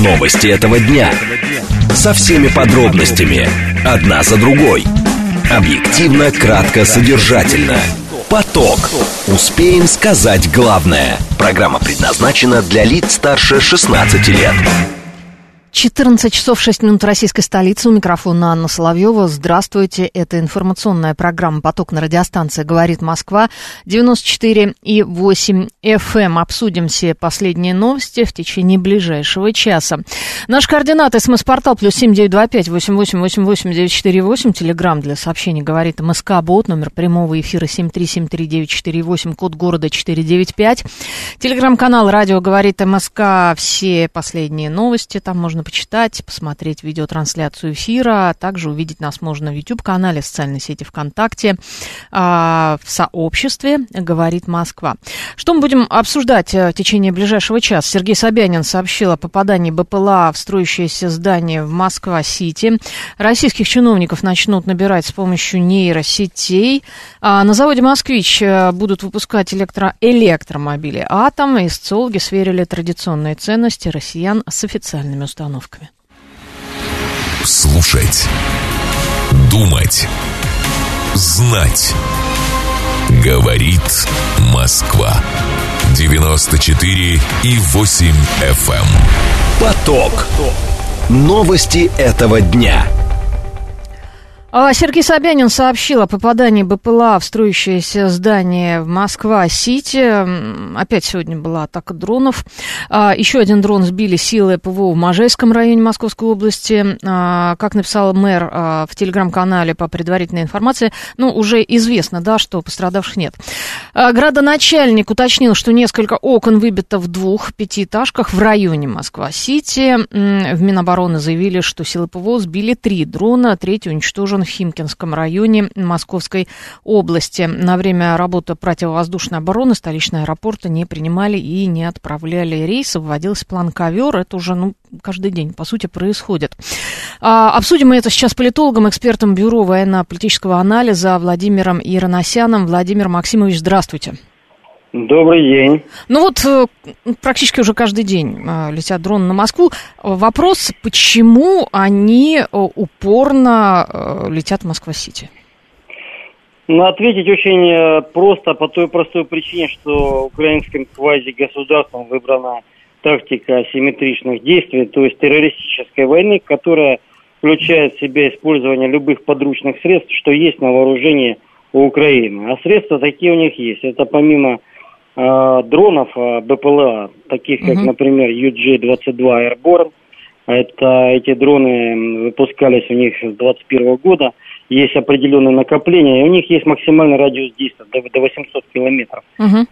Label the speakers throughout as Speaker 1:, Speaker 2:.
Speaker 1: Новости этого дня. Со всеми подробностями. Одна за другой. Объективно, кратко, содержательно. Поток. Успеем сказать главное. Программа предназначена для лиц старше 16 лет.
Speaker 2: 14 часов 6 минут российской столицы. У микрофона Анна Соловьева. Здравствуйте. Это информационная программа «Поток» на радиостанции «Говорит Москва». 94,8 FM. Обсудим все последние новости в течение ближайшего часа. Наш координат: СМС-портал +7 925 8888 948. Телеграм для сообщений «Говорит МСК», бот, номер прямого эфира 7373948, код города 495. Телеграм-канал «Радио Говорит МСК». Все последние новости там можно почитать, посмотреть видеотрансляцию эфира, а также увидеть нас можно в YouTube-канале, в социальной сети ВКонтакте, в сообществе «Говорит Москва». Что мы будем обсуждать в течение ближайшего часа? Сергей Собянин сообщил о попадании БПЛА в строящееся здание в Москва-Сити. Российских чиновников начнут набирать с помощью нейросетей. На заводе «Москвич» будут выпускать электромобили «Атом». И социологи сверили традиционные ценности россиян с официальными установками.
Speaker 3: Слушать, думать, знать. Говорит Москва. 94,8 FM.
Speaker 1: Поток. Новости этого дня.
Speaker 2: Сергей Собянин сообщил о попадании БПЛА в строящееся здание в Москва-Сити. Опять сегодня была атака дронов. Еще один дрон сбили силы ПВО в Можайском районе Московской области. Как написал мэр в телеграм-канале по предварительной информации, уже известно, что пострадавших нет. Градоначальник уточнил, что несколько окон выбито в 2 пятиэтажках в районе Москва-Сити. В Минобороны заявили, что силы ПВО сбили 3 дрона, 3-й уничтожен в Химкинском районе Московской области. На время работы противовоздушной обороны столичные аэропорты не принимали и не отправляли рейсы. Вводился план «Ковер». Это уже каждый день, по сути, происходит. Обсудим мы это сейчас с политологом, экспертом Бюро военно-политического анализа Владимиром Ироносяном. Владимир Максимович, здравствуйте.
Speaker 4: Добрый день.
Speaker 2: Практически уже каждый день летят дроны на Москву. Вопрос, почему они упорно летят в Москва-Сити?
Speaker 4: Ответить очень просто, по той простой причине, что украинским квазигосударством выбрана тактика асимметричных действий, то есть террористической войны, которая включает в себя использование любых подручных средств, что есть на вооружении у Украины. А средства такие у них есть. Это помимо дронов БПЛА, таких как, например, UJ-22 Airborne. Эти дроны выпускались у них с 2021 года. Есть определенные накопления, и у них есть максимальный радиус действия до 800 километров.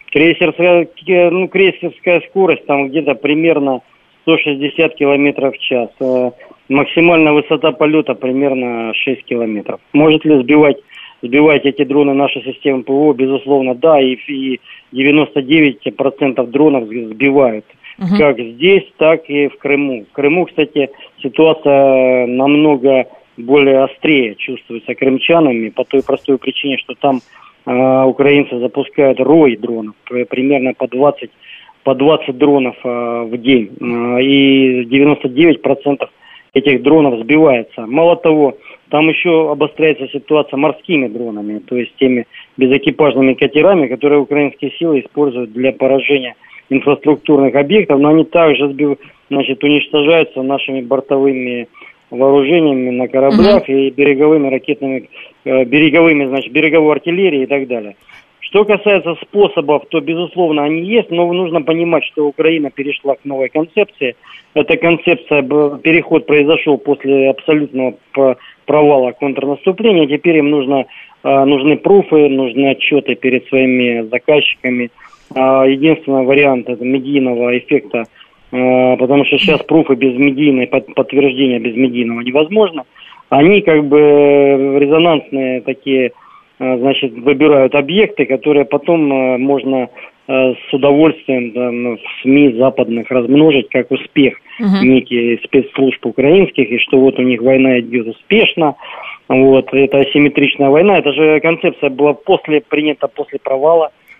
Speaker 4: Крейсерская скорость там где-то примерно 160 километров в час. Максимальная высота полета примерно 6 километров. Может ли сбивать эти дроны нашей системы ПВО? Безусловно, да, и 99% дронов сбивают. Как здесь, так и в Крыму. В Крыму, кстати, ситуация намного более острее чувствуется крымчанами по той простой причине, что там украинцы запускают рой дронов, примерно по 20 дронов в день. И 99% этих дронов сбивается. Мало того, там еще обостряется ситуация морскими дронами, то есть теми безэкипажными катерами, которые украинские силы используют для поражения инфраструктурных объектов, но они также уничтожаются нашими бортовыми вооружениями на кораблях и береговой артиллерией и так далее. Что касается способов, то, безусловно, они есть, но нужно понимать, что Украина перешла к новой концепции. Эта концепция, переход произошел после абсолютного провала контрнаступления. Теперь им нужны пруфы, нужны отчеты перед своими заказчиками. Единственный вариант это медийного эффекта, потому что сейчас пруфы без медийной, подтверждения без медийного невозможно. Они резонансные такие, выбирают объекты, которые потом можно с удовольствием в СМИ западных размножить как успех неких спецслужб украинских, и что у них война идет успешно. Это асимметричная война. Эта же концепция была принята после провала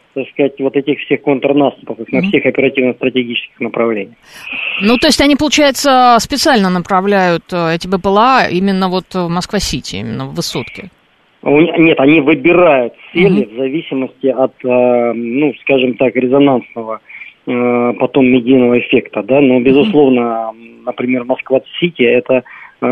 Speaker 4: так сказать, вот этих всех контрнаступов на всех оперативно-стратегических направлениях.
Speaker 2: Ну, то есть они, получается, специально направляют эти БПЛА именно вот в Москва-Сити, именно в высотке?
Speaker 4: Нет, они выбирают цели в зависимости от, ну, скажем так, резонансного потом медийного эффекта, да, но, безусловно, например, Москва-Сити это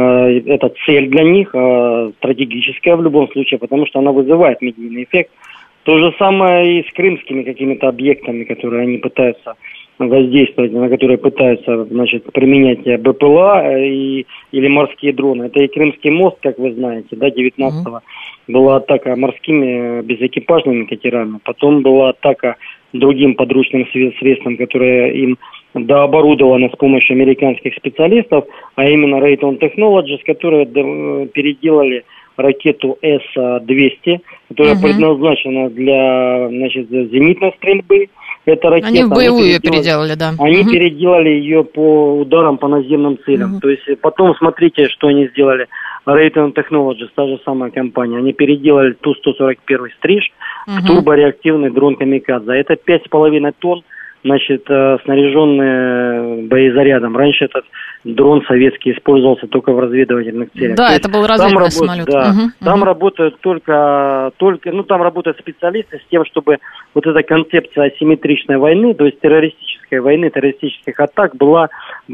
Speaker 4: цель для них, стратегическая в любом случае, потому что она вызывает медийный эффект. То же самое и с крымскими какими-то объектами, которые они пытаются воздействовать, на которые пытаются, значит, применять БПЛА или морские дроны. Это и Крымский мост, как вы знаете, да, 19-го была атака морскими безэкипажными катерами, потом была атака другим подручным средством, которое им дооборудовано с помощью американских специалистов, а именно Raytheon Technologies, которые переделали ракету С-200, которая предназначена для, значит, зенитной стрельбы. Эта ракета,
Speaker 2: они в боевую ее переделали, да.
Speaker 4: Они переделали ее по ударам по наземным целям. То есть потом смотрите, что они сделали. Raytheon Technologies, та же самая компания, они переделали Ту-141 «Стриж» в турбореактивный дрон «Камикадзе». Это 5,5 тонн, значит, снаряженный боезарядом. Раньше этот дрон советский использовался только в разведывательных целях.
Speaker 2: Да, это был разведывательный самолет.
Speaker 4: Да, там работают только, ну, там работают специалисты с тем, чтобы вот эта концепция асимметричной войны, то есть террористической войны, террористических атак была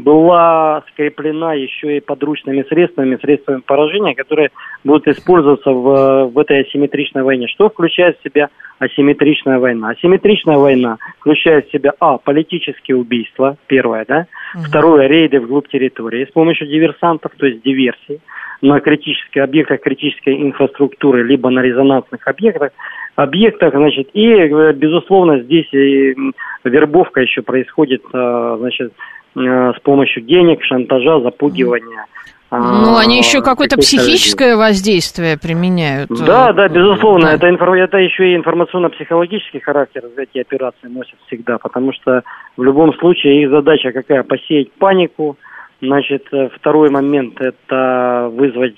Speaker 4: скреплена еще и подручными средствами поражения, которые будут использоваться в этой асимметричной войне. Что включает в себя асимметричная война? Асимметричная война включает в себя, политические убийства, первое, да, второе, рейды вглубь территории с помощью диверсантов, то есть диверсии на критических объектах критической инфраструктуры, либо на резонансных объектах, значит, и, безусловно, здесь и вербовка еще происходит, значит, с помощью денег, шантажа, запугивания.
Speaker 2: Ну, они еще какое-то психическое воздействие применяют.
Speaker 4: Да, безусловно. Да. Это еще и информационно-психологический характер эти операции носят всегда, потому что в любом случае их задача какая? Посеять панику. Значит, второй момент – это вызвать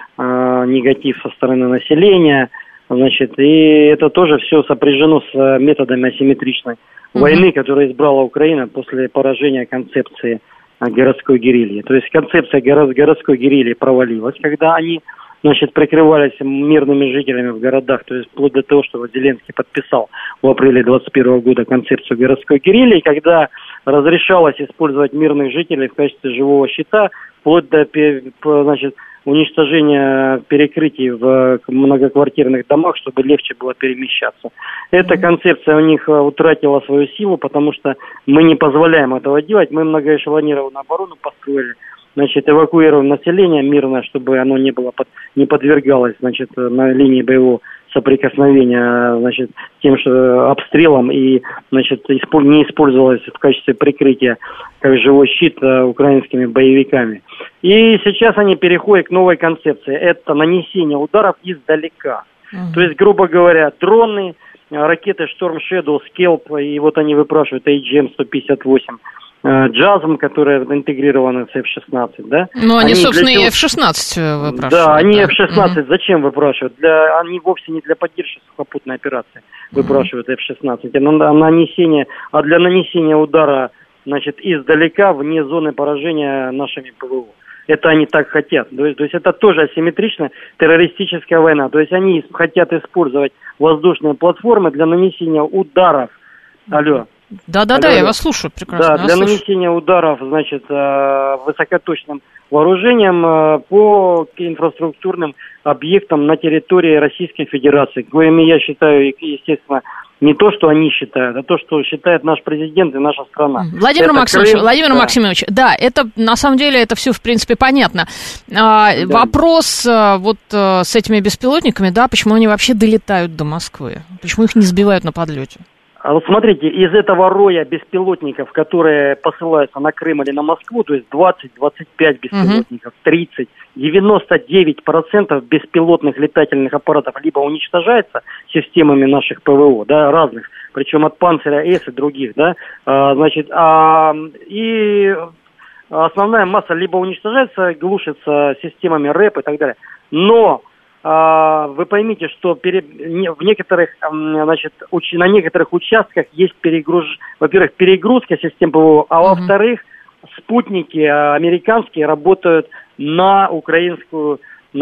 Speaker 4: негатив со стороны населения. Значит, и это тоже все сопряжено с методами асимметричной войны, которую избрала Украина после поражения концепции городской герильи. То есть концепция городской герильи провалилась, когда они, значит, прикрывались мирными жителями в городах, то есть вплоть до того, что Зеленский подписал в апреле 2021 года концепцию городской герильи, когда разрешалось использовать мирных жителей в качестве живого щита, вплоть до, значит, уничтожения перекрытий в многоквартирных домах, чтобы легче было перемещаться. Эта концепция у них утратила свою силу, потому что мы не позволяем этого делать. Мы многоэшелонированную оборону построили, значит, эвакуируем население мирно, чтобы оно не подвергалось, значит, на линии боевого соприкосновения, значит, тем, что обстрелом и, значит, не использовалось в качестве прикрытия как живой щит украинскими боевиками. И сейчас они переходят к новой концепции. Это нанесение ударов издалека. То есть, грубо говоря, дроны, ракеты Storm Shadow, Scalp, и вот они выпрашивают AGM-158, Джазм, которые интегрированы с F-16, да?
Speaker 2: Ну, они собственно, и F-16 выпрашивают.
Speaker 4: Да, они F-16 зачем выпрашивают? Они вовсе не для поддержки сухопутной операции выпрашивают F-16, а для нанесения удара, значит, издалека, вне зоны поражения нашими ПВО. Это они так хотят. То есть это тоже асимметричная террористическая война. То есть они хотят использовать воздушные платформы для нанесения ударов.
Speaker 2: Да, я вас слушаю прекрасно.
Speaker 4: Да, для нанесения ударов, значит, высокоточным вооружением по инфраструктурным объектам на территории Российской Федерации, коими я считаю, естественно, не то, что они считают, а то, что считает наш президент и наша страна.
Speaker 2: Владимир Максимович, да, это на самом деле это все в принципе понятно. Вопрос вот с этими беспилотниками, да, почему они вообще долетают до Москвы? Почему их не сбивают на подлете?
Speaker 4: А вот смотрите, из этого роя беспилотников, которые посылаются на Крым или на Москву, то есть 20-25 беспилотников, 30, 99% беспилотных летательных аппаратов либо уничтожается системами наших ПВО, да, разных, причем от Панциря С и других, да, значит, и основная масса либо уничтожается, глушится системами РЭП и так далее, но вы поймите, что в некоторых, значит, на некоторых участках есть во-первых, перегрузка систем ПВО, а во-вторых, спутники американские работают на украинские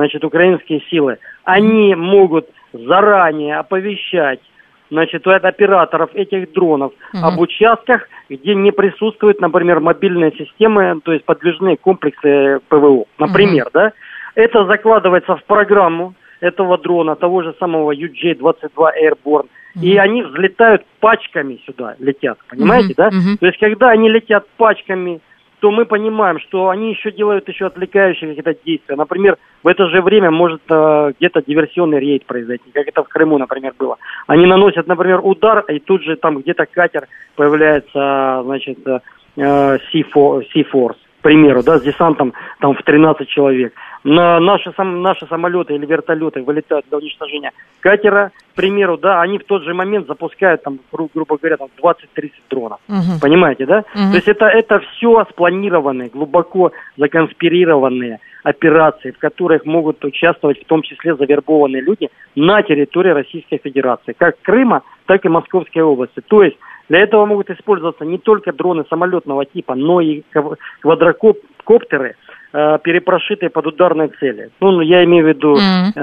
Speaker 4: силы. Они могут заранее оповещать, значит, от операторов этих дронов об участках, где не присутствуют, например, мобильные системы, то есть подвижные комплексы ПВО. Например, да? Это закладывается в программу этого дрона, того же самого UJ-22 Airborne, и они взлетают пачками сюда, летят, понимаете, да? То есть, когда они летят пачками, то мы понимаем, что они делают отвлекающие какие-то действия. Например, в это же время может где-то диверсионный рейд произойти, как это в Крыму, например, было. Они наносят, например, удар, и тут же там где-то катер появляется, значит, Sea Force, к примеру, да, с десантом там в 13 человек. Наши самолеты или вертолеты вылетают для уничтожения катера, к примеру, да, они в тот же момент запускают, там, грубо говоря, там 20-30 дронов. Понимаете, да? То есть это все спланированные, глубоко законспирированные операции, в которых могут участвовать в том числе завербованные люди на территории Российской Федерации, как Крыма, так и Московской области. То есть для этого могут использоваться не только дроны самолетного типа, но и квадрокоптеры, перепрошитые под ударные цели. Ну, я имею в виду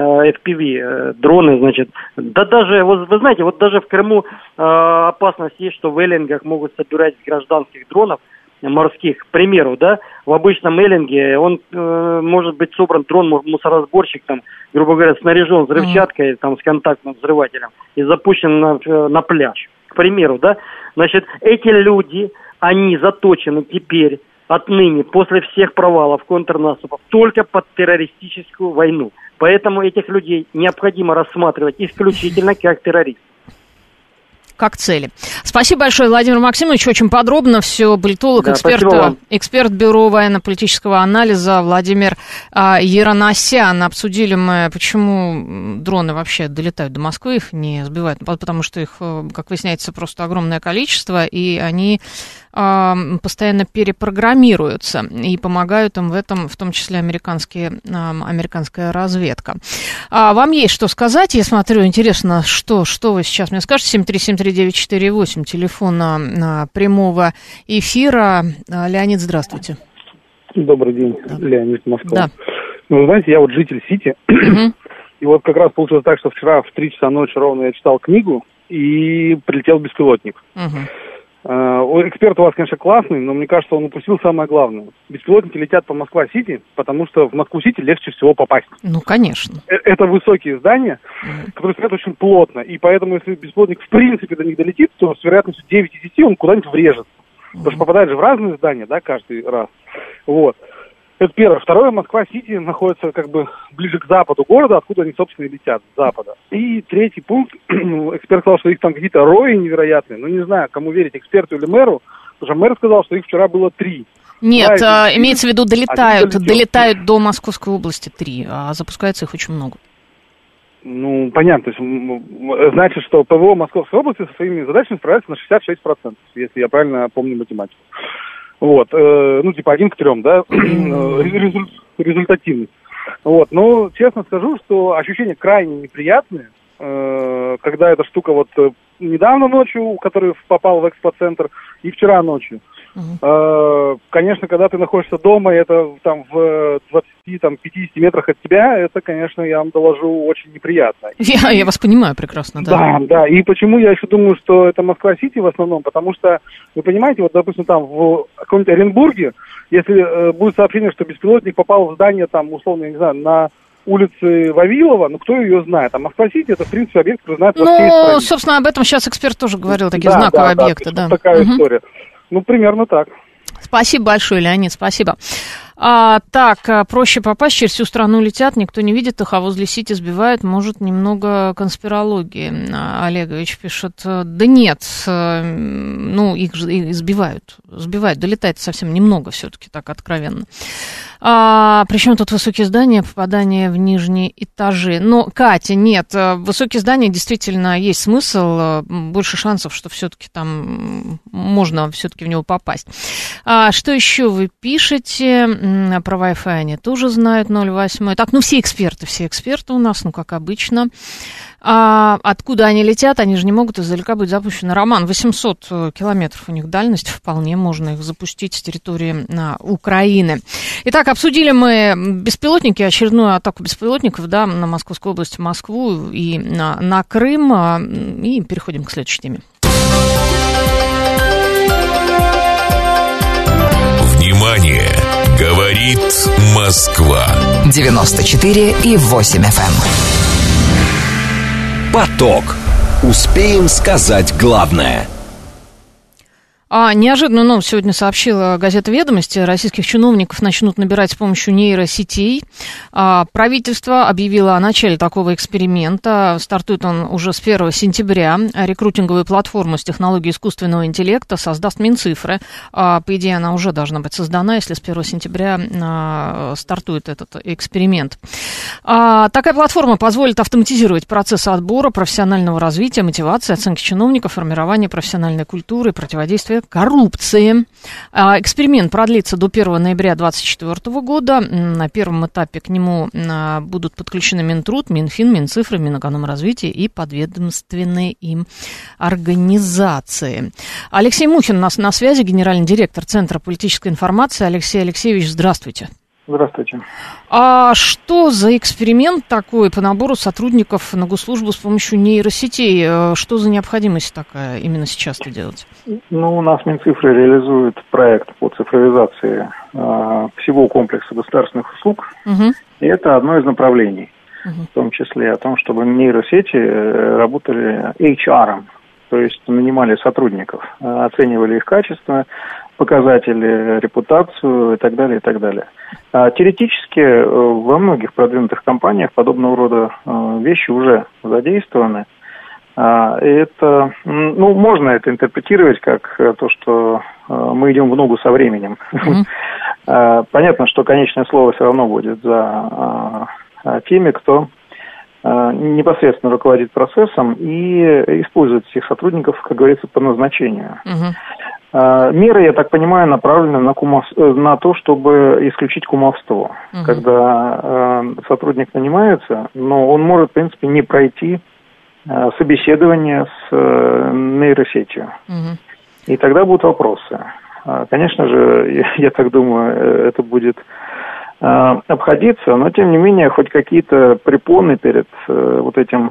Speaker 4: FPV, дроны, значит. Да даже, вы знаете, вот даже в Крыму опасность есть, что в эллингах могут собирать гражданских дронов морских, к примеру, да, в обычном эллинге он может быть собран дрон-мусоросборщик, там, грубо говоря, снаряжен взрывчаткой, там, с контактным взрывателем и запущен на пляж, к примеру, да. Значит, эти люди, они заточены теперь отныне, после всех провалов контрнаступов, только под террористическую войну. Поэтому этих людей необходимо рассматривать исключительно как террористов.
Speaker 2: Как цели. Спасибо большое, Владимир Максимович. Очень подробно все. Политолог, эксперт Бюро военно-политического анализа Владимир Ераносян. Обсудили мы, почему дроны вообще долетают до Москвы, их не сбивают, потому что их, как выясняется, просто огромное количество, и они постоянно перепрограммируются, и помогают им в этом, в том числе американская разведка. Вам есть что сказать? Я смотрю, интересно, что вы сейчас мне скажете. 7373948, телефон прямого эфира. Леонид, здравствуйте.
Speaker 5: Добрый день, Леонид, Москва.
Speaker 2: Да.
Speaker 5: Ну, вы знаете, я вот житель Сити, и вот как раз получилось так, что вчера в 3 часа ночи ровно я читал книгу, и прилетел беспилотник. Эксперт у вас, конечно, классный, но мне кажется, он упустил самое главное. Беспилотники летят по Москва-Сити, потому что в Москву-Сити легче всего попасть.
Speaker 2: Ну, конечно.
Speaker 5: Это высокие здания, которые стоят очень плотно, и поэтому, если беспилотник в принципе до них долетит, то с вероятностью 9 из 10 он куда-нибудь врежется. Потому что попадает же в разные здания, да, каждый раз. Вот. Это первое. Второе, Москва-Сити находится как бы ближе к западу города, откуда они, собственно, и летят, с запада. И третий пункт. Эксперт сказал, что их там какие-то рои невероятные. Ну, не знаю, кому верить, эксперту или мэру. Потому что мэр сказал, что их вчера было 3.
Speaker 2: Нет, имеется в виду, долетают до Московской области 3, а запускается их очень много.
Speaker 5: Ну, понятно. То есть, значит, что ПВО Московской области со своими задачами справляется на 66%, если я правильно помню математику. Вот, ну, типа 1 к 3, да, результативность. Вот, но честно скажу, что ощущения крайне неприятные, когда эта штука вот недавно ночью, который попал в экспоцентр, и вчера ночью. Конечно, когда ты находишься дома, и это там в 20-50 метрах от тебя, это, конечно, я вам доложу, очень неприятно.
Speaker 2: Я вас понимаю прекрасно, да.
Speaker 5: Да, и почему я еще думаю, что это Москва-Сити в основном, потому что, вы понимаете, вот, допустим, там в каком-нибудь Оренбурге, если будет сообщение, что беспилотник попал в здание, там, условно, я не знаю, на улице Вавилова, ну, кто ее знает? А Москва-Сити, это, в принципе, объект, который знает во всей стране.
Speaker 2: Ну, собственно, об этом сейчас эксперт тоже говорил, такие знаковые объекты, да.
Speaker 5: Такая история. Ну, примерно так.
Speaker 2: Спасибо большое, Леонид, спасибо. Так, проще попасть, через всю страну летят, никто не видит их, а возле Сити сбивают, может, немного конспирологии. Олегович пишет, да нет, ну, их сбивают, долетает совсем немного все-таки, так откровенно. Причем тут высокие здания, попадание в нижние этажи. Но, Катя, нет, высокие здания действительно есть смысл, больше шансов, что все-таки там можно все-таки в него попасть. Что еще вы пишете? про Wi-Fi они тоже знают 0,8. Так, все эксперты у нас, как обычно. А откуда они летят? Они же не могут издалека быть запущены. Роман, 800 километров у них дальность, вполне можно их запустить с территории Украины. Итак, обсудили мы беспилотники, очередную атаку беспилотников, да, на Московскую область, Москву и на Крым. И переходим к следующей теме.
Speaker 3: Внимание! Говорит Москва.
Speaker 6: 94,8 FM.
Speaker 1: Поток. Успеем сказать главное.
Speaker 2: Неожиданную новость сегодня сообщила газета «Ведомости». Российских чиновников начнут набирать с помощью нейросетей. Правительство объявило о начале такого эксперимента. Стартует он уже с 1 сентября. Рекрутинговую платформу с технологией искусственного интеллекта создаст Минцифры. По идее, она уже должна быть создана, если с 1 сентября стартует этот эксперимент. Такая платформа позволит автоматизировать процесс отбора, профессионального развития, мотивации, оценки чиновников, формирования профессиональной культуры и противодействия коррупции. Эксперимент продлится до 1 ноября 2024 года. На первом этапе к нему будут подключены Минтруд, Минфин, Минцифры, Минэкономразвития и подведомственные им организации. Алексей Мухин у нас на связи, генеральный директор Центра политической информации. Алексей Алексеевич, здравствуйте.
Speaker 5: Здравствуйте.
Speaker 2: А что за эксперимент такой по набору сотрудников на госслужбу с помощью нейросетей? Что за необходимость такая именно сейчас это делать?
Speaker 5: У нас Минцифры реализует проект по цифровизации всего комплекса государственных услуг. И это одно из направлений, в том числе о том, чтобы нейросети работали HR-ом, то есть нанимали сотрудников, оценивали их качество, показатели, репутацию и так далее, и так далее. Теоретически во многих продвинутых компаниях подобного рода вещи уже задействованы. Это, можно это интерпретировать как то, что мы идем в ногу со временем. Понятно, что конечное слово все равно будет за теми, кто непосредственно руководит процессом и использует всех сотрудников, как говорится, по назначению. Меры, я так понимаю, направлены на то, чтобы исключить кумовство. Когда сотрудник нанимается, но он может, в принципе, не пройти собеседование с нейросетью. И тогда будут вопросы. Конечно же, я так думаю, это будет обходиться, но, тем не менее, хоть какие-то препоны перед вот этим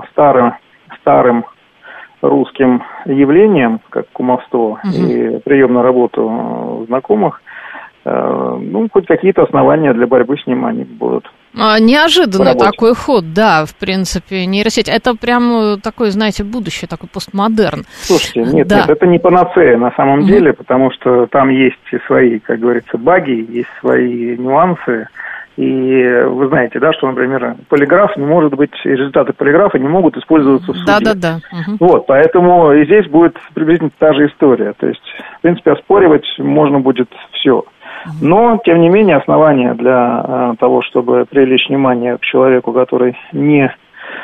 Speaker 5: старым русским явлением, как кумовство и прием на работу знакомых, хоть какие-то основания для борьбы с ним они будут.
Speaker 2: Неожиданный такой ход, да, в принципе, нейросеть. Это прям такое, знаете, будущее, такой постмодерн.
Speaker 5: Слушайте, нет, это не панацея на самом деле, потому что там есть и свои, как говорится, баги, есть свои нюансы. И вы знаете, да, что, например, полиграф не может быть, результаты полиграфа не могут использоваться в суде.
Speaker 2: Да.
Speaker 5: Вот, поэтому и здесь будет приблизительно та же история. То есть, в принципе, оспоривать можно будет все. Но, тем не менее, основания для того, чтобы привлечь внимание к человеку, который не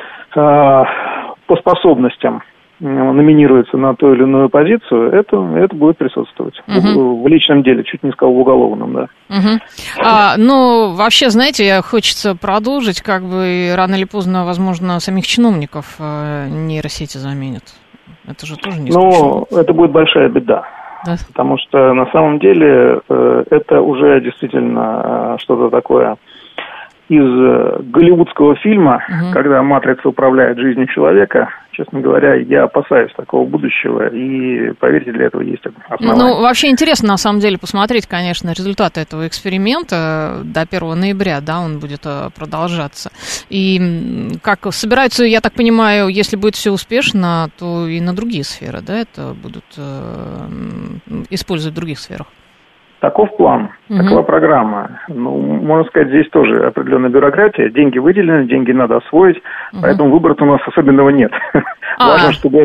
Speaker 5: по способностям номинируется на ту или иную позицию, это будет присутствовать в личном деле, чуть не сказал в уголовном, да.
Speaker 2: Вообще, знаете, хочется продолжить, и рано или поздно, возможно, самих чиновников нейросети заменят. Это же тоже не исключено.
Speaker 5: Это будет большая беда. Да. Потому что на самом деле это уже действительно что-то такое из голливудского фильма, когда матрица управляет жизнью человека. Честно говоря, я опасаюсь такого будущего, и, поверьте, для этого есть основания.
Speaker 2: Вообще интересно, на самом деле, посмотреть, конечно, результаты этого эксперимента. До 1 ноября, да, он будет продолжаться. И как собираются, я так понимаю, если будет все успешно, то и на другие сферы, да, это будут использовать в других сферах.
Speaker 5: Таков план, такова программа. Можно сказать, здесь тоже определенная бюрократия. Деньги выделены, деньги надо освоить, поэтому выбора-то у нас особенного нет. Важно, чтобы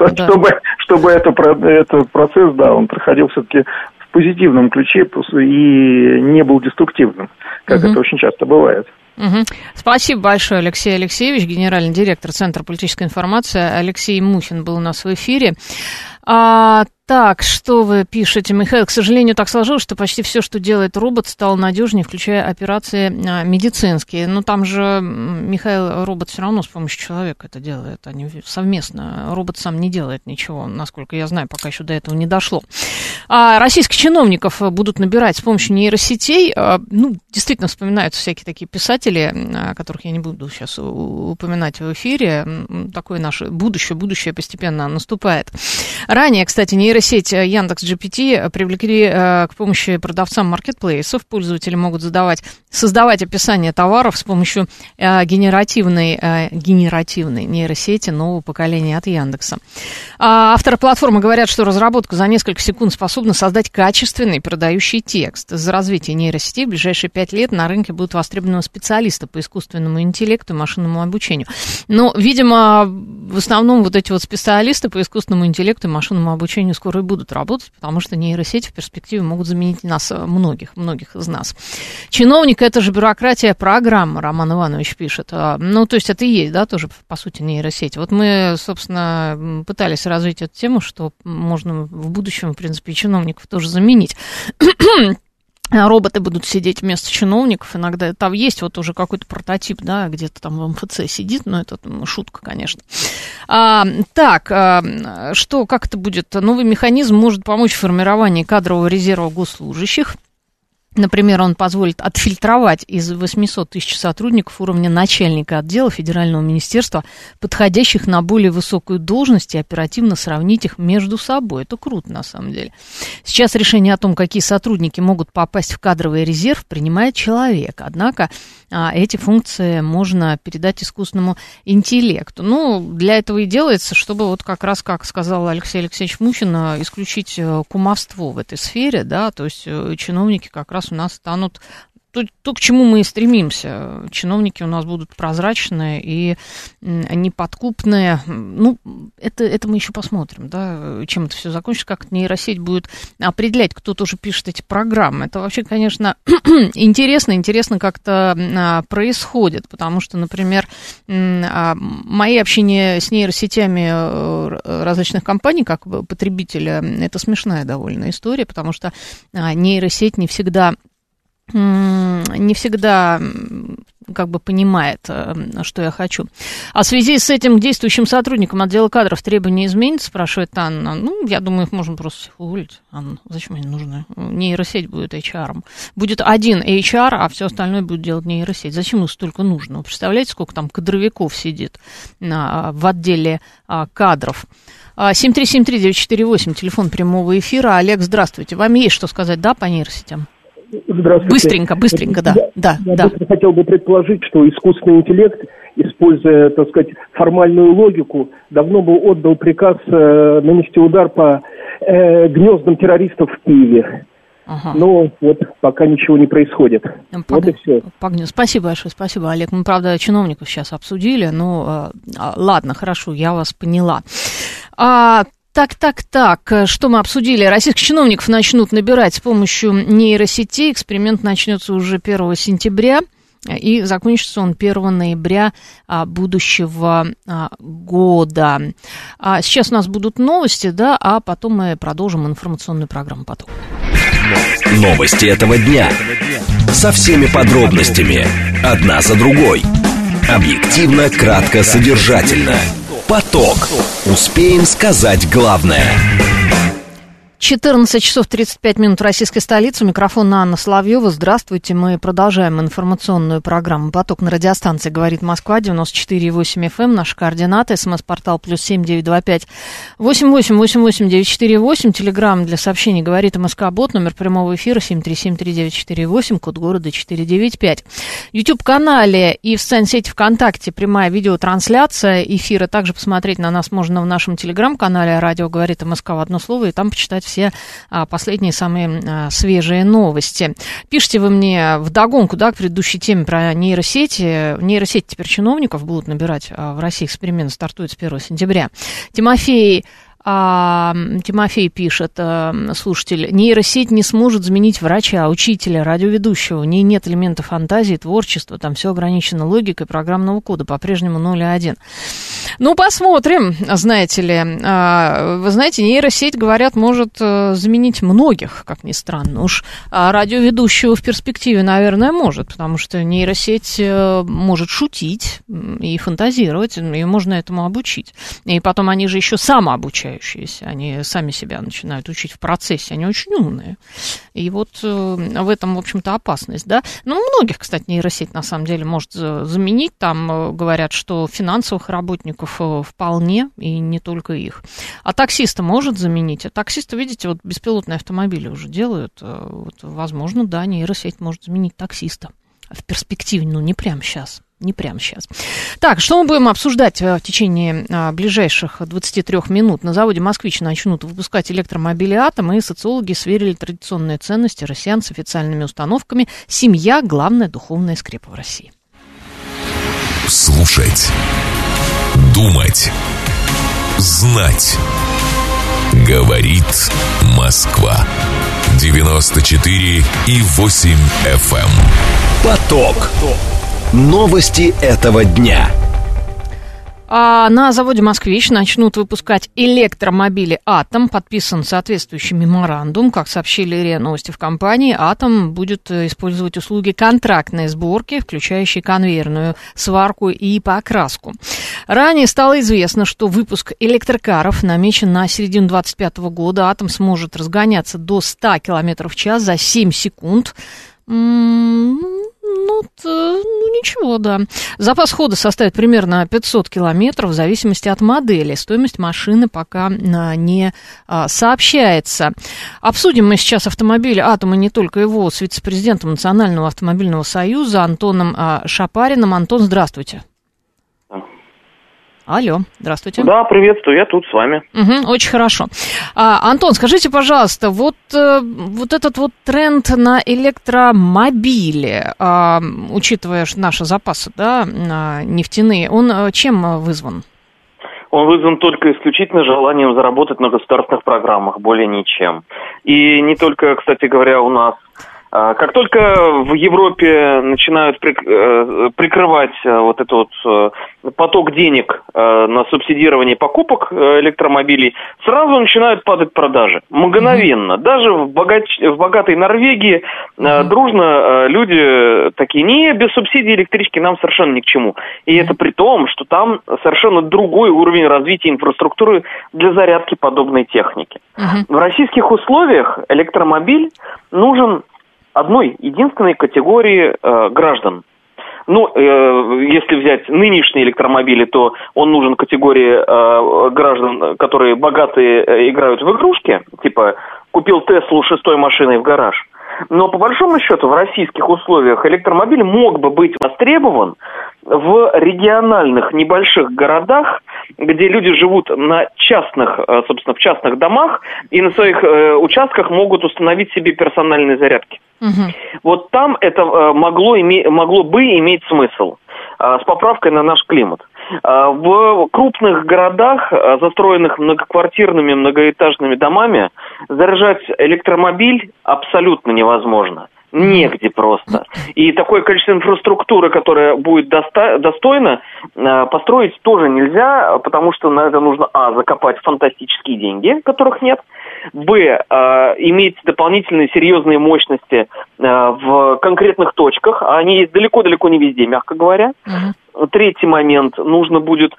Speaker 5: этот процесс, да, он проходил все-таки в позитивном ключе и не был деструктивным, как это очень часто бывает.
Speaker 2: Спасибо большое, Алексей Алексеевич, генеральный директор Центра политической информации. Алексей Мухин был у нас в эфире. Так, что вы пишете, Михаил? К сожалению, так сложилось, что почти все, что делает робот, стало надежнее, включая операции медицинские. Но там же, Михаил, робот все равно с помощью человека это делает. Они совместно. Робот сам не делает ничего, насколько я знаю, пока еще до этого не дошло. Российских чиновников будут набирать с помощью нейросетей. Действительно, вспоминаются всякие такие писатели, которых я не буду сейчас упоминать в эфире. Такое наше будущее постепенно наступает. Ранее, кстати, нейросеть Яндекс.GPT привлекли к помощи продавцам маркетплейсов. Пользователи могут создавать описание товаров с помощью генеративной нейросети нового поколения от Яндекса. Авторы платформы говорят, что разработка за несколько секунд способна создать качественный продающий текст. Из-за развития нейросетей в ближайшие 5 лет на рынке будут востребованы специалисты по искусственному интеллекту и машинному обучению. Но, видимо, в основном вот эти вот специалисты по искусственному интеллекту и машинному обучению скоро и будут работать, потому что нейросети в перспективе могут заменить нас, многих из нас. Чиновник — это же бюрократия программы, Роман Иванович пишет. То есть это и есть, да, тоже, по сути, нейросеть. Вот мы, собственно, пытались развить эту тему, что можно в будущем, в принципе, и чиновников тоже заменить. Роботы будут сидеть вместо чиновников. Иногда там есть вот уже какой-то прототип, да, где-то там в МФЦ сидит, но это шутка, конечно. Как это будет? Новый механизм может помочь в формировании кадрового резерва госслужащих. Например, он позволит отфильтровать из 800 тысяч сотрудников уровня начальника отдела Федерального министерства, подходящих на более высокую должность, и оперативно сравнить их между собой. Это круто, на самом деле. Сейчас решение о том, какие сотрудники могут попасть в кадровый резерв, принимает человек. Однако эти функции можно передать искусственному интеллекту. Для этого и делается, чтобы вот как раз, как сказал Алексей Алексеевич Мухин, исключить кумовство в этой сфере, да, то есть чиновники как раз у нас станут то, к чему мы и стремимся. Чиновники у нас будут прозрачные и неподкупные. Это мы еще посмотрим, да, чем это все закончится, как нейросеть будет определять, кто тоже пишет эти программы. Это вообще, конечно, интересно как-то происходит, потому что, например, мои общения с нейросетями различных компаний, как потребителя, это смешная довольно история, потому что нейросеть не всегда как бы понимает, что я хочу. А в связи с этим действующим сотрудникам отдела кадров требования изменятся, спрашивает Анна. Я думаю, их можно просто всех уволить. Анна, зачем они нужны? Нейросеть будет HR-ом. Будет один HR, а все остальное будет делать нейросеть. Зачем их столько нужно? Вы представляете, сколько там кадровиков сидит в отделе кадров? 7373948, телефон прямого эфира. Олег, здравствуйте. Вам есть что сказать, да, по нейросетям?
Speaker 5: Здравствуйте.
Speaker 2: Быстренько, да.
Speaker 5: Я хотел бы предположить, что искусственный интеллект, используя, так сказать, формальную логику, давно бы отдал приказ нанести удар по гнездам террористов в Киеве.
Speaker 2: Ага.
Speaker 5: Но вот пока ничего не происходит. Вот и все.
Speaker 2: Спасибо большое, спасибо, Олег. Мы, правда, чиновников сейчас обсудили, но ладно, хорошо, я вас поняла. Так, что мы обсудили? Российских чиновников начнут набирать с помощью нейросетей. Эксперимент начнется уже 1 сентября и закончится он 1 ноября будущего года. Сейчас у нас будут новости, да, а потом мы продолжим информационную программу «Поток».
Speaker 1: Новости этого дня. Со всеми подробностями. Одна за другой. Объективно, кратко, содержательно. Поток. Успеем сказать главное.
Speaker 2: 14 часов 35 минут в российской столице. У микрофона Анна Соловьева. Здравствуйте. Мы продолжаем информационную программу «Поток» на радиостанции «Говорит Москва», 94,8 FM. Наши координаты. СМС-портал +7 925 88 88 948. Телеграмм для сообщений «Говорит МСК-бот». Номер прямого эфира 7373948. Код города 495. В YouTube-канале и в социальной сети ВКонтакте прямая видеотрансляция эфира. Также посмотреть на нас можно в нашем телеграм-канале «Радио говорит МСК» в одно слово. И там почитать все последние, самые свежие новости. Пишите вы мне вдогонку, да, к предыдущей теме про нейросети. Нейросети теперь чиновников будут набирать в России. Эксперимент стартует с 1 сентября. Тимофей Тимофей пишет, слушатель, нейросеть не сможет заменить врача, учителя, радиоведущего. У нее нет элементов фантазии, творчества, там все ограничено логикой программного кода, по-прежнему 0 и 1. Ну, посмотрим, знаете ли. Вы знаете, нейросеть, говорят, может заменить многих, как ни странно. Уж радиоведущего в перспективе, наверное, может, потому что нейросеть может шутить и фантазировать, ее можно этому обучить. И потом они же еще самообучаются. Они сами себя начинают учить в процессе, они очень умные. И вот в этом, в общем-то, опасность, да. Ну, многих, кстати, нейросеть на самом деле может заменить. Там говорят, что финансовых работников вполне, и не только их. А таксиста может заменить. А таксисты, видите, вот беспилотные автомобили уже делают. Вот, возможно, да, нейросеть может заменить таксиста. В перспективе, ну, не прямо сейчас. Не прямо сейчас. Так, что мы будем обсуждать в течение ближайших 23 минут? На заводе «Москвич» начнут выпускать электромобили «Атом», и социологи сверили традиционные ценности россиян с официальными установками. Семья – главная духовная скрепа в России.
Speaker 3: Слушать, думать, знать. Говорит Москва. 94,8 FM.
Speaker 1: Поток. Новости этого дня.
Speaker 2: На заводе «Москвич» начнут выпускать электромобили «Атом». Подписан соответствующий меморандум. Как сообщили РИА Новости в компании, «Атом» будет использовать услуги контрактной сборки, включающие конвейерную сварку и покраску. Ранее стало известно, что выпуск электрокаров намечен на середину 2025 года. «Атом» сможет разгоняться до 100 км в час за 7 секунд. Ничего, да. Запас хода составит примерно 500 километров в зависимости от модели. Стоимость машины пока не сообщается. Обсудим мы сейчас автомобиль «Атом» и не только его с вице-президентом Национального автомобильного союза Антоном Шапариным. Антон, здравствуйте. Алло, здравствуйте.
Speaker 6: Да, приветствую, я тут с вами.
Speaker 2: Очень хорошо. Антон, скажите, пожалуйста, вот этот вот тренд на электромобили, учитывая наши запасы, да, нефтяные, он чем вызван?
Speaker 6: Он вызван только исключительно желанием заработать на государственных программах, более ничем. И не только, кстати говоря, у нас. Как только в Европе начинают прикрывать вот этот вот поток денег на субсидирование покупок электромобилей, сразу начинают падать продажи. Мгновенно. Даже в богатой Норвегии дружно люди такие: не, без субсидий электрички нам совершенно ни к чему. И это при том, что там совершенно другой уровень развития инфраструктуры для зарядки подобной техники. В российских условиях электромобиль нужен одной единственной категории граждан. Ну, если взять нынешние электромобили, то он нужен категории граждан, которые богатые, играют в игрушки, типа купил Теслу 6-й машиной в гараж. Но по большому счету в российских условиях электромобиль мог бы быть востребован в региональных небольших городах, где люди живут на частных, собственно, в частных домах и на своих участках могут установить себе персональные зарядки. Вот там это могло бы иметь смысл с поправкой на наш климат. В крупных городах, застроенных многоквартирными, многоэтажными домами, заряжать электромобиль абсолютно невозможно. Негде просто. И такое количество инфраструктуры, которая будет достойна, построить тоже нельзя, потому что на это нужно, закопать фантастические деньги, которых нет, иметь дополнительные серьезные мощности в конкретных точках, а они есть далеко-далеко не везде, мягко говоря. Третий момент, нужно будет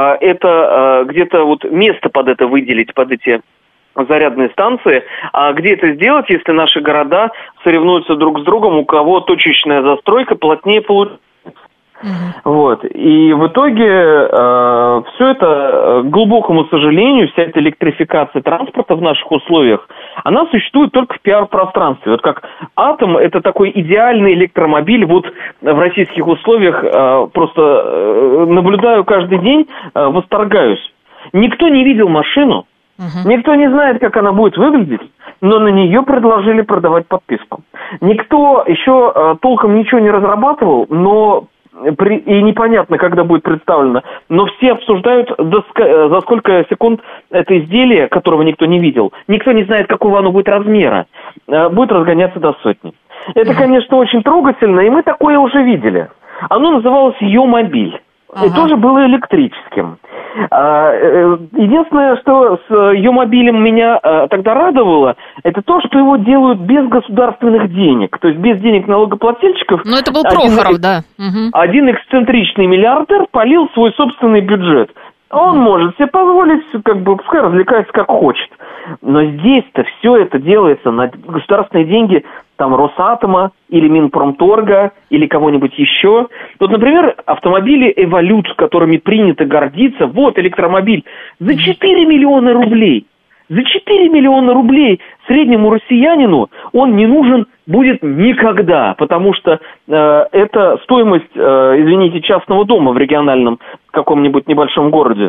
Speaker 6: где-то вот место под это выделить, под эти зарядные станции. А где это сделать, если наши города соревнуются друг с другом, у кого точечная застройка плотнее получается? Вот. И в итоге все это, к глубокому сожалению, вся эта электрификация транспорта в наших условиях, она существует только в пиар-пространстве. Вот как «Атом» — это такой идеальный электромобиль, вот в российских условиях просто наблюдаю каждый день, восторгаюсь. Никто не видел машину, никто не знает, как она будет выглядеть, но на нее предложили продавать подписку. Никто еще толком ничего не разрабатывал, но и непонятно, когда будет представлено, но все обсуждают, за сколько секунд это изделие, которого никто не видел, никто не знает, какого оно будет размера, будет разгоняться до сотни. Это, конечно, очень трогательно, и мы такое уже видели. Оно называлось «Йо-мобиль». И тоже было электрическим. Единственное, что с Йо-мобилем меня тогда радовало, это то, что его делают без государственных денег, то есть без денег налогоплательщиков.
Speaker 2: Ну, это был Прохоров, да.
Speaker 6: Один эксцентричный миллиардер полил свой собственный бюджет. Он может себе позволить, пускай развлекается как хочет. Но здесь-то все это делается на государственные деньги Росатома или Минпромторга или кого-нибудь еще. Вот, например, автомобили «Эволют», которыми принято гордиться, вот электромобиль, за 4 миллиона рублей. За 4 миллиона рублей среднему россиянину он не нужен будет никогда, потому что это стоимость, частного дома в региональном каком-нибудь небольшом городе.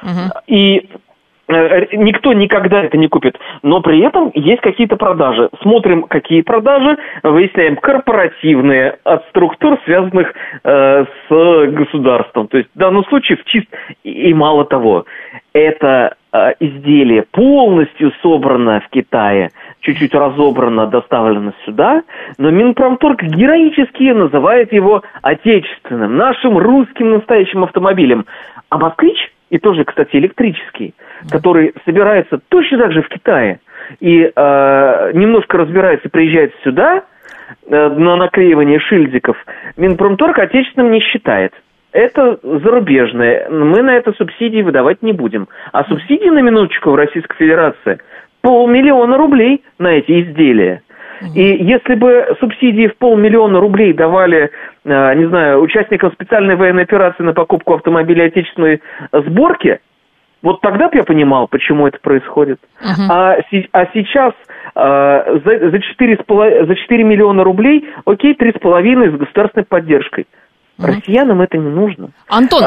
Speaker 6: И никто никогда это не купит. Но при этом есть какие-то продажи. Смотрим, какие продажи, выясняем, корпоративные, от структур, связанных с государством. То есть в данном случае и мало того, это изделие полностью собрано в Китае, чуть-чуть разобрано, доставлено сюда, но Минпромторг героически называет его отечественным, нашим русским настоящим автомобилем. А «Москвич», и тоже, кстати, электрический, который собирается точно так же в Китае и немножко разбирается, приезжает сюда на наклеивание шильдиков, Минпромторг отечественным не считает. Это зарубежное. Мы на это субсидии выдавать не будем. А субсидии, на минуточку, в Российской Федерации 500 000 рублей на эти изделия. И если бы субсидии в 500 000 рублей давали, участникам специальной военной операции на покупку автомобилей отечественной сборки, вот тогда бы я понимал, почему это происходит. А сейчас за 4 миллиона рублей, окей, 3,5 с государственной поддержкой. Россиянам это не нужно.
Speaker 2: Антон.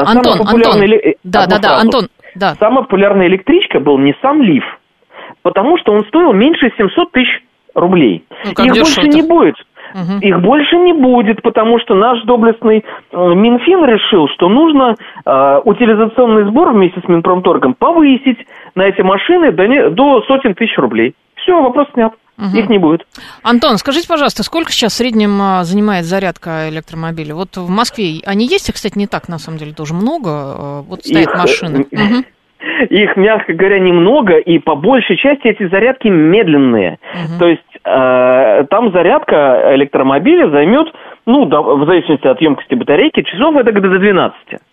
Speaker 6: Самая популярная электричка был Nissan Leaf, потому что он стоил меньше 700 000 рублей. Их больше не будет. Их больше не будет, потому что наш доблестный Минфин решил, что нужно утилизационный сбор вместе с Минпромторгом повысить на эти машины до сотен тысяч рублей. Все, вопрос снят. Их не будет.
Speaker 2: Антон, скажите, пожалуйста, сколько сейчас в среднем занимает зарядка электромобиля? Вот в Москве они есть, кстати, не так, на самом деле, тоже много. Вот стоят машины.
Speaker 6: Их, мягко говоря, немного, и по большей части эти зарядки медленные. То есть там зарядка электромобиля займет, в зависимости от емкости батарейки, часов это до 12.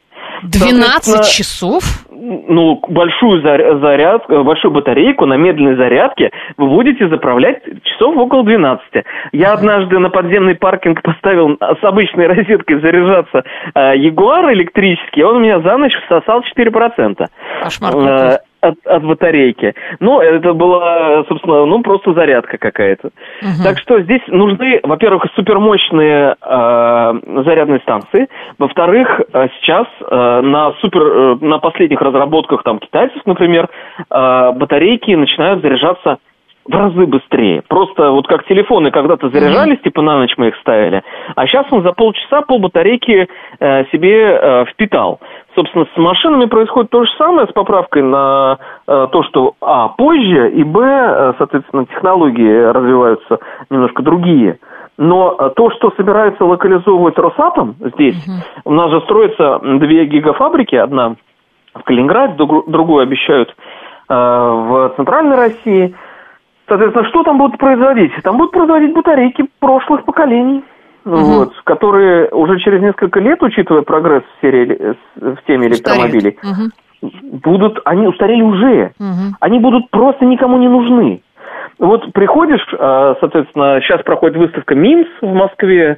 Speaker 2: 12 часов?
Speaker 6: Большую батарейку на медленной зарядке вы будете заправлять часов около 12. Я однажды на подземный паркинг поставил с обычной розеткой заряжаться Ягуар электрический, он у меня за ночь всосал 4%.
Speaker 2: Кошмар.
Speaker 6: От батарейки. Это была, собственно, просто зарядка какая-то. Так что здесь нужны, во-первых, супермощные зарядные станции. Во-вторых, сейчас на последних разработках китайцев, например, батарейки начинают заряжаться в разы быстрее. Просто вот как телефоны когда-то заряжались, на ночь мы их ставили, а сейчас он за полчаса полбатарейки себе впитал. Собственно, с машинами происходит то же самое, с поправкой на то, что позже, и соответственно, технологии развиваются немножко другие. Но то, что собирается локализовывать Росатом здесь, у нас же строятся 2 гигафабрики, одна в Калининграде, другую обещают в Центральной России. Соответственно, что там будут производить? Там будут производить батарейки прошлых поколений. Которые уже через несколько лет, учитывая прогресс в теме электромобилей, они устарели уже. Они будут просто никому не нужны. Вот приходишь, соответственно, сейчас проходит выставка МИМС в Москве,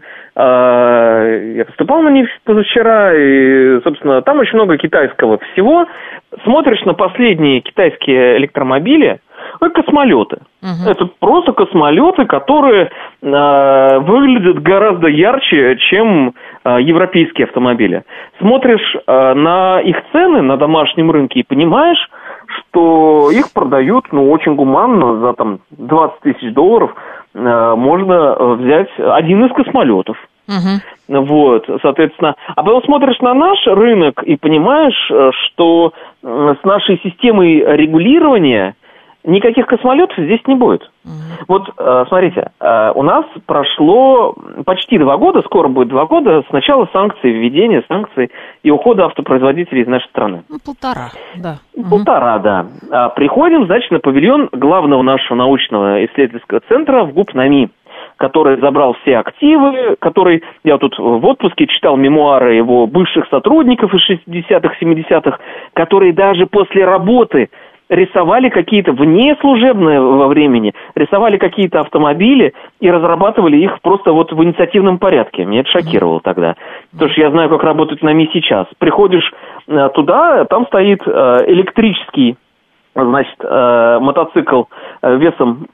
Speaker 6: я выступал на ней позавчера, и, собственно, там очень много китайского всего. Смотришь на последние китайские электромобили, это космолеты. Это просто космолеты, которые выглядят гораздо ярче, чем европейские автомобили. Смотришь на их цены на домашнем рынке и понимаешь, что их продают очень гуманно, за $20 000 можно взять один из космолетов. Вот, соответственно. А потом смотришь на наш рынок и понимаешь, что с нашей системой регулирования никаких космолетов здесь не будет. Вот, смотрите, у нас прошло почти 2 года, скоро будет 2 года, с начала санкций, введения санкций и ухода автопроизводителей из нашей страны.
Speaker 2: 1,5, да.
Speaker 6: 1,5, да. Приходим, значит, на павильон главного нашего научного исследовательского центра в ГУП НАМИ, который забрал все активы, который, я тут в отпуске читал мемуары его бывших сотрудников из 60-х, 70-х, которые даже после работы рисовали какие-то внеслужебные во времени, рисовали какие-то автомобили и разрабатывали их просто вот в инициативном порядке. Меня это шокировало тогда. Потому что я знаю, как работать на МИ сейчас. Приходишь туда, там стоит электрический, значит, мотоцикл весом,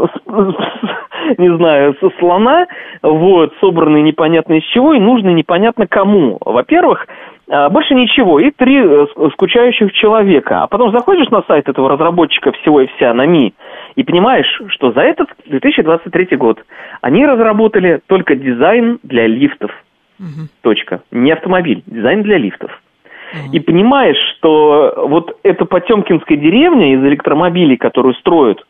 Speaker 6: не знаю, со слона, вот, собранный непонятно из чего и нужный непонятно кому. Во-первых, больше ничего, и 3 скучающих человека. А потом заходишь на сайт этого разработчика всего и вся, НАМИ, и понимаешь, что за этот 2023 год они разработали только дизайн для лифтов. Точка. Не автомобиль, дизайн для лифтов. И понимаешь, что вот эта потемкинская деревня из электромобилей, которую строят,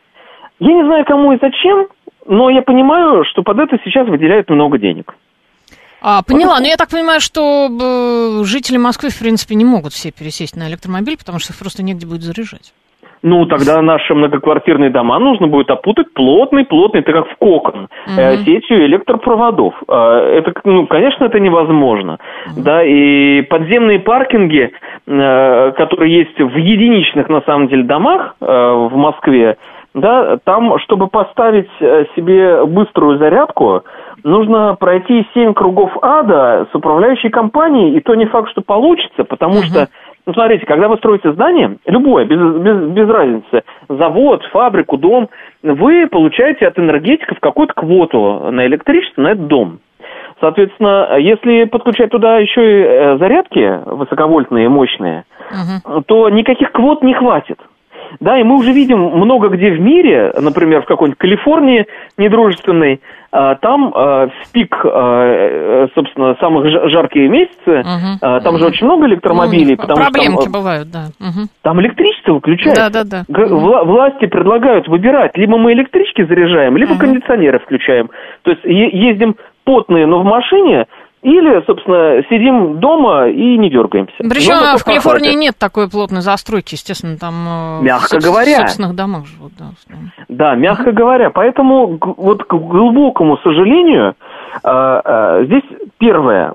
Speaker 6: я не знаю, кому и зачем, но я понимаю, что под это сейчас выделяют много денег.
Speaker 2: Поняла, но я так понимаю, что жители Москвы, в принципе, не могут все пересесть на электромобиль, потому что их просто негде будет заряжать.
Speaker 6: Ну, тогда наши многоквартирные дома нужно будет опутать плотный, так как в кокон, сетью электропроводов. Это, ну, конечно, это невозможно. Да, и подземные паркинги, которые есть в единичных, на самом деле, домах в Москве, да, там, чтобы поставить себе быструю зарядку, нужно пройти 7 кругов ада с управляющей компанией, и то не факт, что получится, потому что, ну, смотрите, когда вы строите здание, любое, без разницы, завод, фабрику, дом, вы получаете от энергетиков какую-то квоту на электричество, на этот дом. Соответственно, если подключать туда еще и зарядки высоковольтные, мощные, то никаких квот не хватит. Да, и мы уже видим много где в мире, например, в какой-нибудь Калифорнии недружественной, там в пик, собственно, самых жаркие месяцы, там же очень много электромобилей, потому что
Speaker 2: проблемки бывают, да.
Speaker 6: Там электричество выключают.
Speaker 2: Да.
Speaker 6: Власти предлагают выбирать, либо мы электрички заряжаем, либо кондиционеры включаем. То есть ездим потные, но в машине, или, собственно, сидим дома и не дергаемся.
Speaker 2: Причем в Калифорнии нет такой плотной застройки, естественно, там
Speaker 6: мягко говоря,
Speaker 2: в собственных домах живут.
Speaker 6: Да, мягко говоря. Поэтому, вот к глубокому сожалению, здесь первое,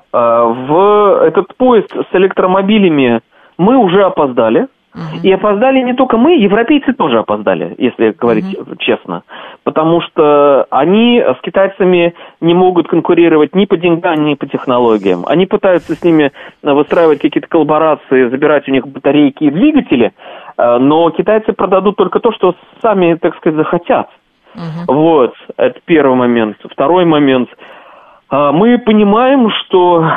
Speaker 6: в этот поезд с электромобилями мы уже опоздали. И опоздали не только мы, европейцы тоже опоздали, если говорить честно. Потому что они с китайцами не могут конкурировать ни по деньгам, ни по технологиям. Они пытаются с ними выстраивать какие-то коллаборации, забирать у них батарейки и двигатели, но китайцы продадут только то, что сами, так сказать, захотят. Вот, это первый момент. Второй момент. Мы понимаем, что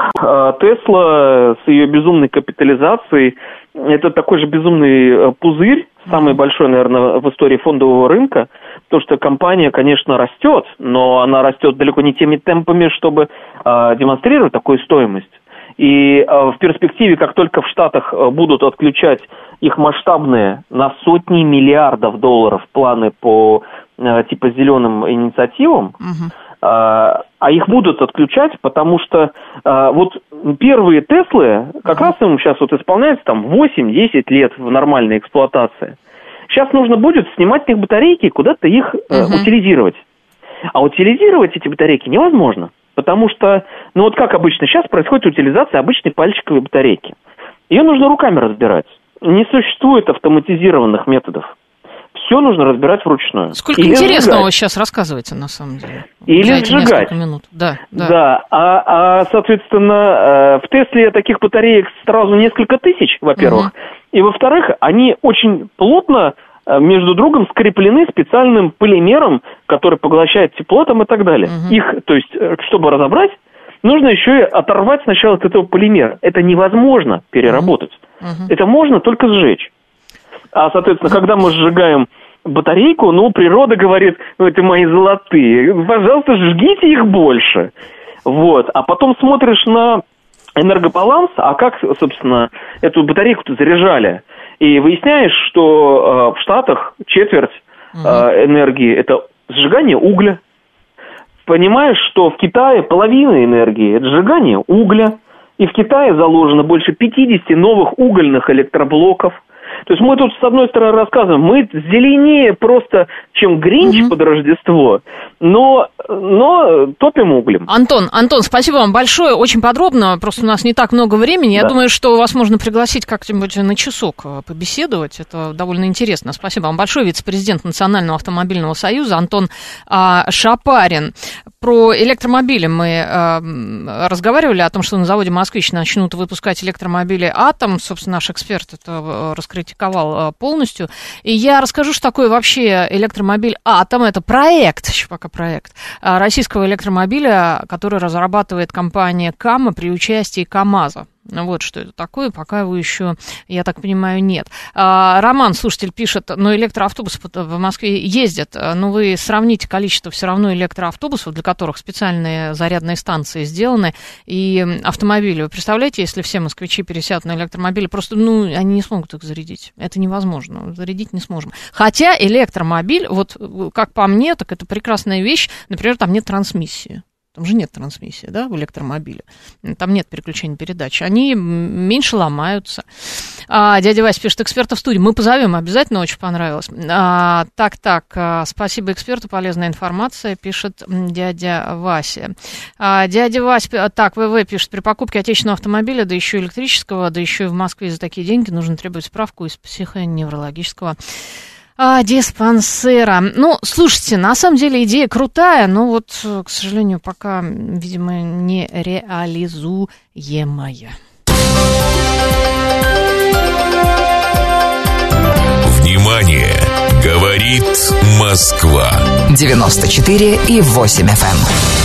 Speaker 6: Тесла с ее безумной капитализацией – это такой же безумный пузырь, самый большой, наверное, в истории фондового рынка, потому что компания, конечно, растет, но она растет далеко не теми темпами, чтобы демонстрировать такую стоимость. И в перспективе, как только в Штатах будут отключать их масштабные на сотни миллиардов долларов планы по типа зеленым инициативам, а их будут отключать, потому что вот первые Теслы, как раз им сейчас вот исполняется там 8-10 лет в нормальной эксплуатации. Сейчас нужно будет снимать с них батарейки и куда-то их утилизировать. А утилизировать эти батарейки невозможно, потому что, ну вот как обычно сейчас происходит утилизация обычной пальчиковой батарейки. Ее нужно руками разбирать. Не существует автоматизированных методов. Все нужно разбирать вручную.
Speaker 2: Сколько или интересного вы сейчас рассказываете, на самом деле.
Speaker 6: Или сжигать.
Speaker 2: Минут. Да.
Speaker 6: Соответственно, в Тесле таких батареек сразу несколько тысяч, во-первых. И, во-вторых, они очень плотно между другом скреплены специальным полимером, который поглощает тепло там и так далее. Их, то есть, чтобы разобрать, нужно еще и оторвать сначала от этого полимера. Это невозможно переработать. Это можно только сжечь. А, соответственно, когда мы сжигаем батарейку, ну, природа говорит, ну, это мои золотые, пожалуйста, жгите их больше. Вот. А потом смотришь на энергобаланс, а как, собственно, эту батарейку-то заряжали. И выясняешь, что в Штатах четверть энергии – это сжигание угля. Понимаешь, что в Китае половина энергии – это сжигание угля. И в Китае заложено больше 50 новых угольных электроблоков. То есть мы тут, с одной стороны, рассказываем, мы зеленее просто, чем Гринч под Рождество, но топим углем.
Speaker 2: Антон, спасибо вам большое, очень подробно, просто у нас не так много времени. Я думаю, что вас можно пригласить как-нибудь на часок побеседовать, это довольно интересно. Спасибо вам большое, вице-президент Национального автомобильного союза Антон Шапарин. Про электромобили мы разговаривали, о том, что на заводе «Москвич» начнут выпускать электромобили «Атом». Собственно, наш эксперт это раскритиковал полностью. И я расскажу, что такое вообще электромобиль «Атом». Это проект, еще пока проект, российского электромобиля, который разрабатывает компания «Камма» при участии КАМАЗа. Вот что это такое, пока его еще, я так понимаю, нет. Роман, слушатель, пишет, но электроавтобусы в Москве ездят, но вы сравните количество все равно электроавтобусов, для которых специальные зарядные станции сделаны, и автомобили. Вы представляете, если все москвичи пересядут на электромобили, просто, они не смогут их зарядить. Это невозможно, зарядить не сможем. Хотя электромобиль, вот как по мне, так это прекрасная вещь, например, там нет трансмиссии. Там же нет трансмиссии, да, в электромобиле. Там нет переключения передач. Они меньше ломаются. Дядя Вася пишет, эксперта в студии. Мы позовем, обязательно, очень понравилось. Спасибо эксперту, полезная информация, пишет дядя Вася. Дядя Вася, ВВ пишет, при покупке отечественного автомобиля, да еще электрического, да еще и в Москве за такие деньги, нужно требовать справку из психоневрологического диспансера. Слушайте, на самом деле идея крутая, но вот, к сожалению, пока, видимо, не реализуемая.
Speaker 3: Внимание! Говорит Москва.
Speaker 7: 94,8 FM.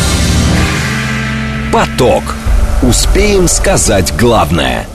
Speaker 1: Поток. Успеем сказать главное.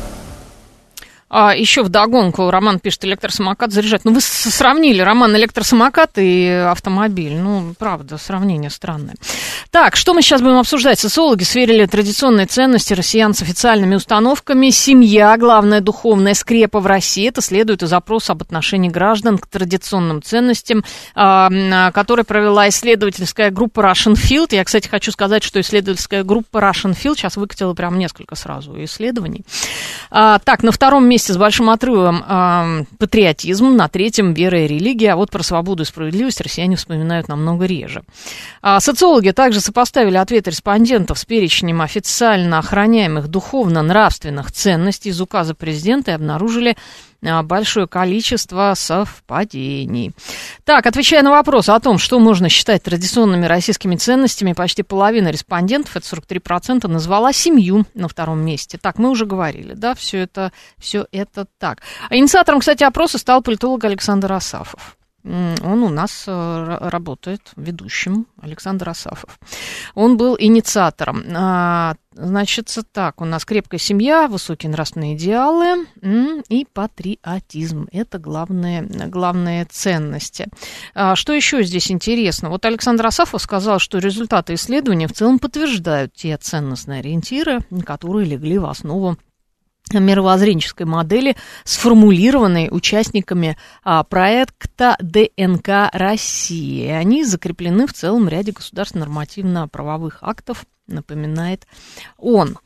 Speaker 2: Еще вдогонку Роман пишет, электросамокат заряжать. Вы сравнили, Роман, электросамокат и автомобиль. Правда, сравнение странное. Так, что мы сейчас будем обсуждать? Социологи сверили традиционные ценности россиян с официальными установками. Семья, главная духовная скрепа в России. Это следует из опроса об отношении граждан к традиционным ценностям, который провела исследовательская группа Russian Field. Я, кстати, хочу сказать, что исследовательская группа Russian Field сейчас выкатила прям несколько сразу исследований. Так, на втором месте с большим отрывом патриотизм, на третьем вера и религия, а вот про свободу и справедливость россияне вспоминают намного реже. Социологи также сопоставили ответы респондентов с перечнем официально охраняемых духовно-нравственных ценностей из указа президента и обнаружили большое количество совпадений. Так, отвечая на вопрос о том, что можно считать традиционными российскими ценностями, почти половина респондентов, это 43%, назвала семью на втором месте. Так, мы уже говорили, да, все это так. Инициатором, кстати, опроса стал политолог Александр Асафов. Он у нас работает ведущим, Александр Асафов. Он был инициатором. Значит, так, у нас крепкая семья, высокие нравственные идеалы и патриотизм. Это главные ценности. Что еще здесь интересно? Вот Александр Асафов сказал, что результаты исследования в целом подтверждают те ценностные ориентиры, которые легли в основу мировоззренческой модели, сформулированной участниками проекта ДНК России. Они закреплены в целом ряде государственных нормативно-правовых актов, напоминает он.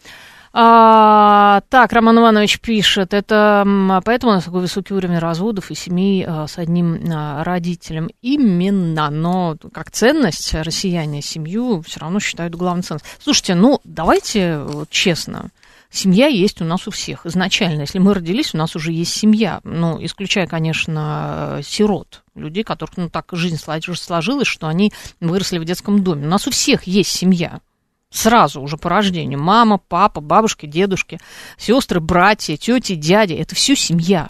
Speaker 2: Так, Роман Иванович пишет, это поэтому у нас такой высокий уровень разводов и семей с одним родителем. Именно, но как ценность россияне семью все равно считают главной ценностью. Слушайте, давайте честно. Семья есть у нас у всех изначально. Если мы родились, у нас уже есть семья. Исключая, конечно, сирот. Людей, которых так жизнь сложилась, что они выросли в детском доме. У нас у всех есть семья. Сразу уже по рождению. Мама, папа, бабушки, дедушки, сестры, братья, тети, дяди. Это все семья.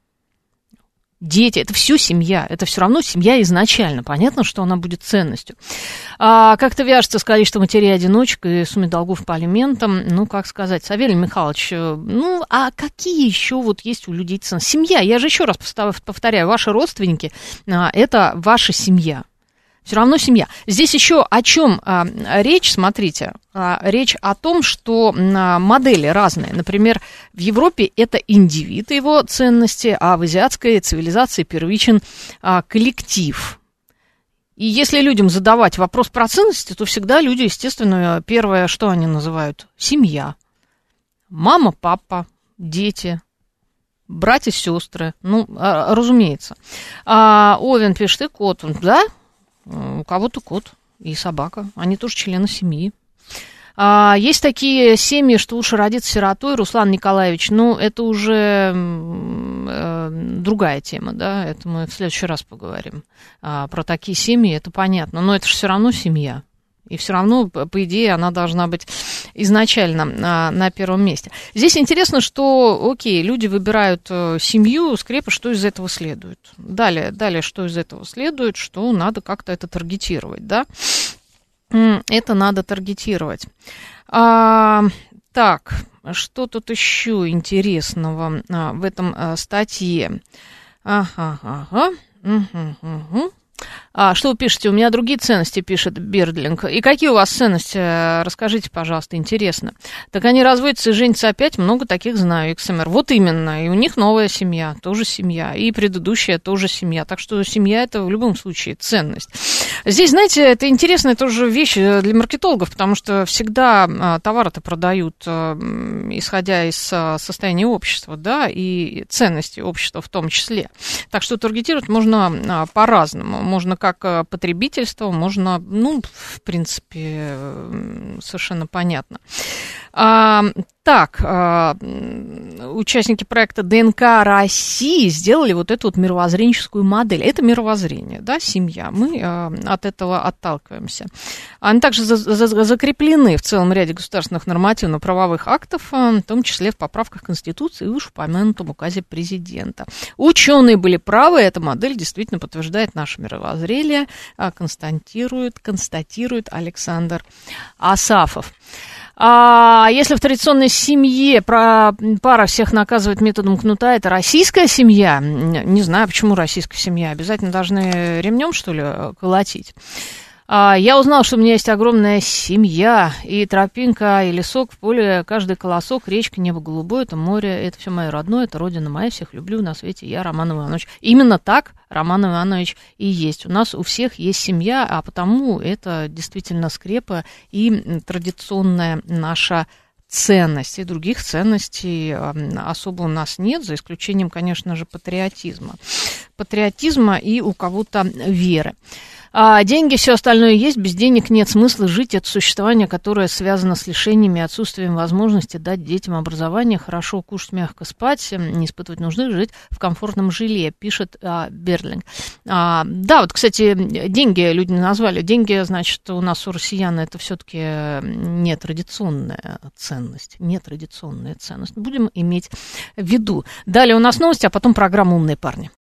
Speaker 2: Дети, это все семья, это все равно семья изначально. Понятно, что она будет ценностью. Как-то вяжется с количеством матерей-одиночек и сумме долгов по алиментам. Как сказать, Савелий Михайлович, а какие еще есть у людей ценности? Семья, я же еще раз повторяю, ваши родственники, это ваша семья. Все равно семья. Здесь еще о чем речь, смотрите. Речь о том, что модели разные. Например, в Европе это индивид и его ценности, а в азиатской цивилизации первичен коллектив. И если людям задавать вопрос про ценности, то всегда люди, естественно, первое, что они называют, семья. Мама, папа, дети, братья, сестры. Ну, разумеется. Овен пишет, и кот. Да? У кого-то кот и собака. Они тоже члены семьи. Есть такие семьи, что лучше родиться сиротой, Руслан Николаевич. Ну, это уже другая тема, да. Это мы в следующий раз поговорим. Про такие семьи, это понятно. Но это же все равно семья. И все равно, по идее, она должна быть изначально на первом месте. Здесь интересно, что, окей, люди выбирают семью, скрепы, что из этого следует. Далее, что из этого следует, что надо как-то это таргетировать, да? Это надо таргетировать. Так, что тут еще интересного в этом статье? Что вы пишете? У меня другие ценности, пишет Бердлинг. И какие у вас ценности? Расскажите, пожалуйста, интересно. Так они разводятся и женятся опять, много таких знаю, XMR. Вот именно, и у них новая семья, тоже семья, и предыдущая тоже семья. Так что семья — это в любом случае ценность. Здесь, знаете, это интересная тоже вещь для маркетологов, потому что всегда товары-то продают, исходя из состояния общества, да, и ценностей общества в том числе. Так что таргетировать можно по-разному. Можно как потребительство, можно, ну, в принципе, совершенно понятно. Так, участники проекта ДНК России сделали вот эту вот мировоззренческую модель. Это мировоззрение, да, семья. Мы от этого отталкиваемся. Они также закреплены в целом ряде государственных нормативно-правовых актов, в том числе в поправках Конституции и уж упомянутом указе президента. Ученые были правы, эта модель действительно подтверждает наше мировоззрение, констатирует Александр Асафов. Если в традиционной семье пара всех наказывает методом кнута, это российская семья? Не знаю, почему российская семья. Обязательно должны ремнем, что ли, колотить? Я узнал, что у меня есть огромная семья, и тропинка, и лесок, в поле, каждый колосок, речка, небо голубое, это море, это все мое родное, это родина моя, всех люблю на свете, я Роман Иванович. Именно так Роман Иванович и есть. У нас у всех есть семья, а потому это действительно скрепа и традиционная наша ценность. И других ценностей особо у нас нет, за исключением, конечно же, патриотизма. Патриотизма и у кого-то веры. Деньги, все остальное есть, без денег нет смысла жить. Это существование, которое связано с лишениями, отсутствием возможности дать детям образование, хорошо кушать, мягко спать, не испытывать нужды, жить в комфортном жилье, пишет Берлинг. Да, вот, кстати, деньги люди назвали. Деньги, значит, у нас у россиян это все-таки нетрадиционная ценность. Нетрадиционная ценность. Будем иметь в виду. Далее у нас новости, а потом программа «Умные парни».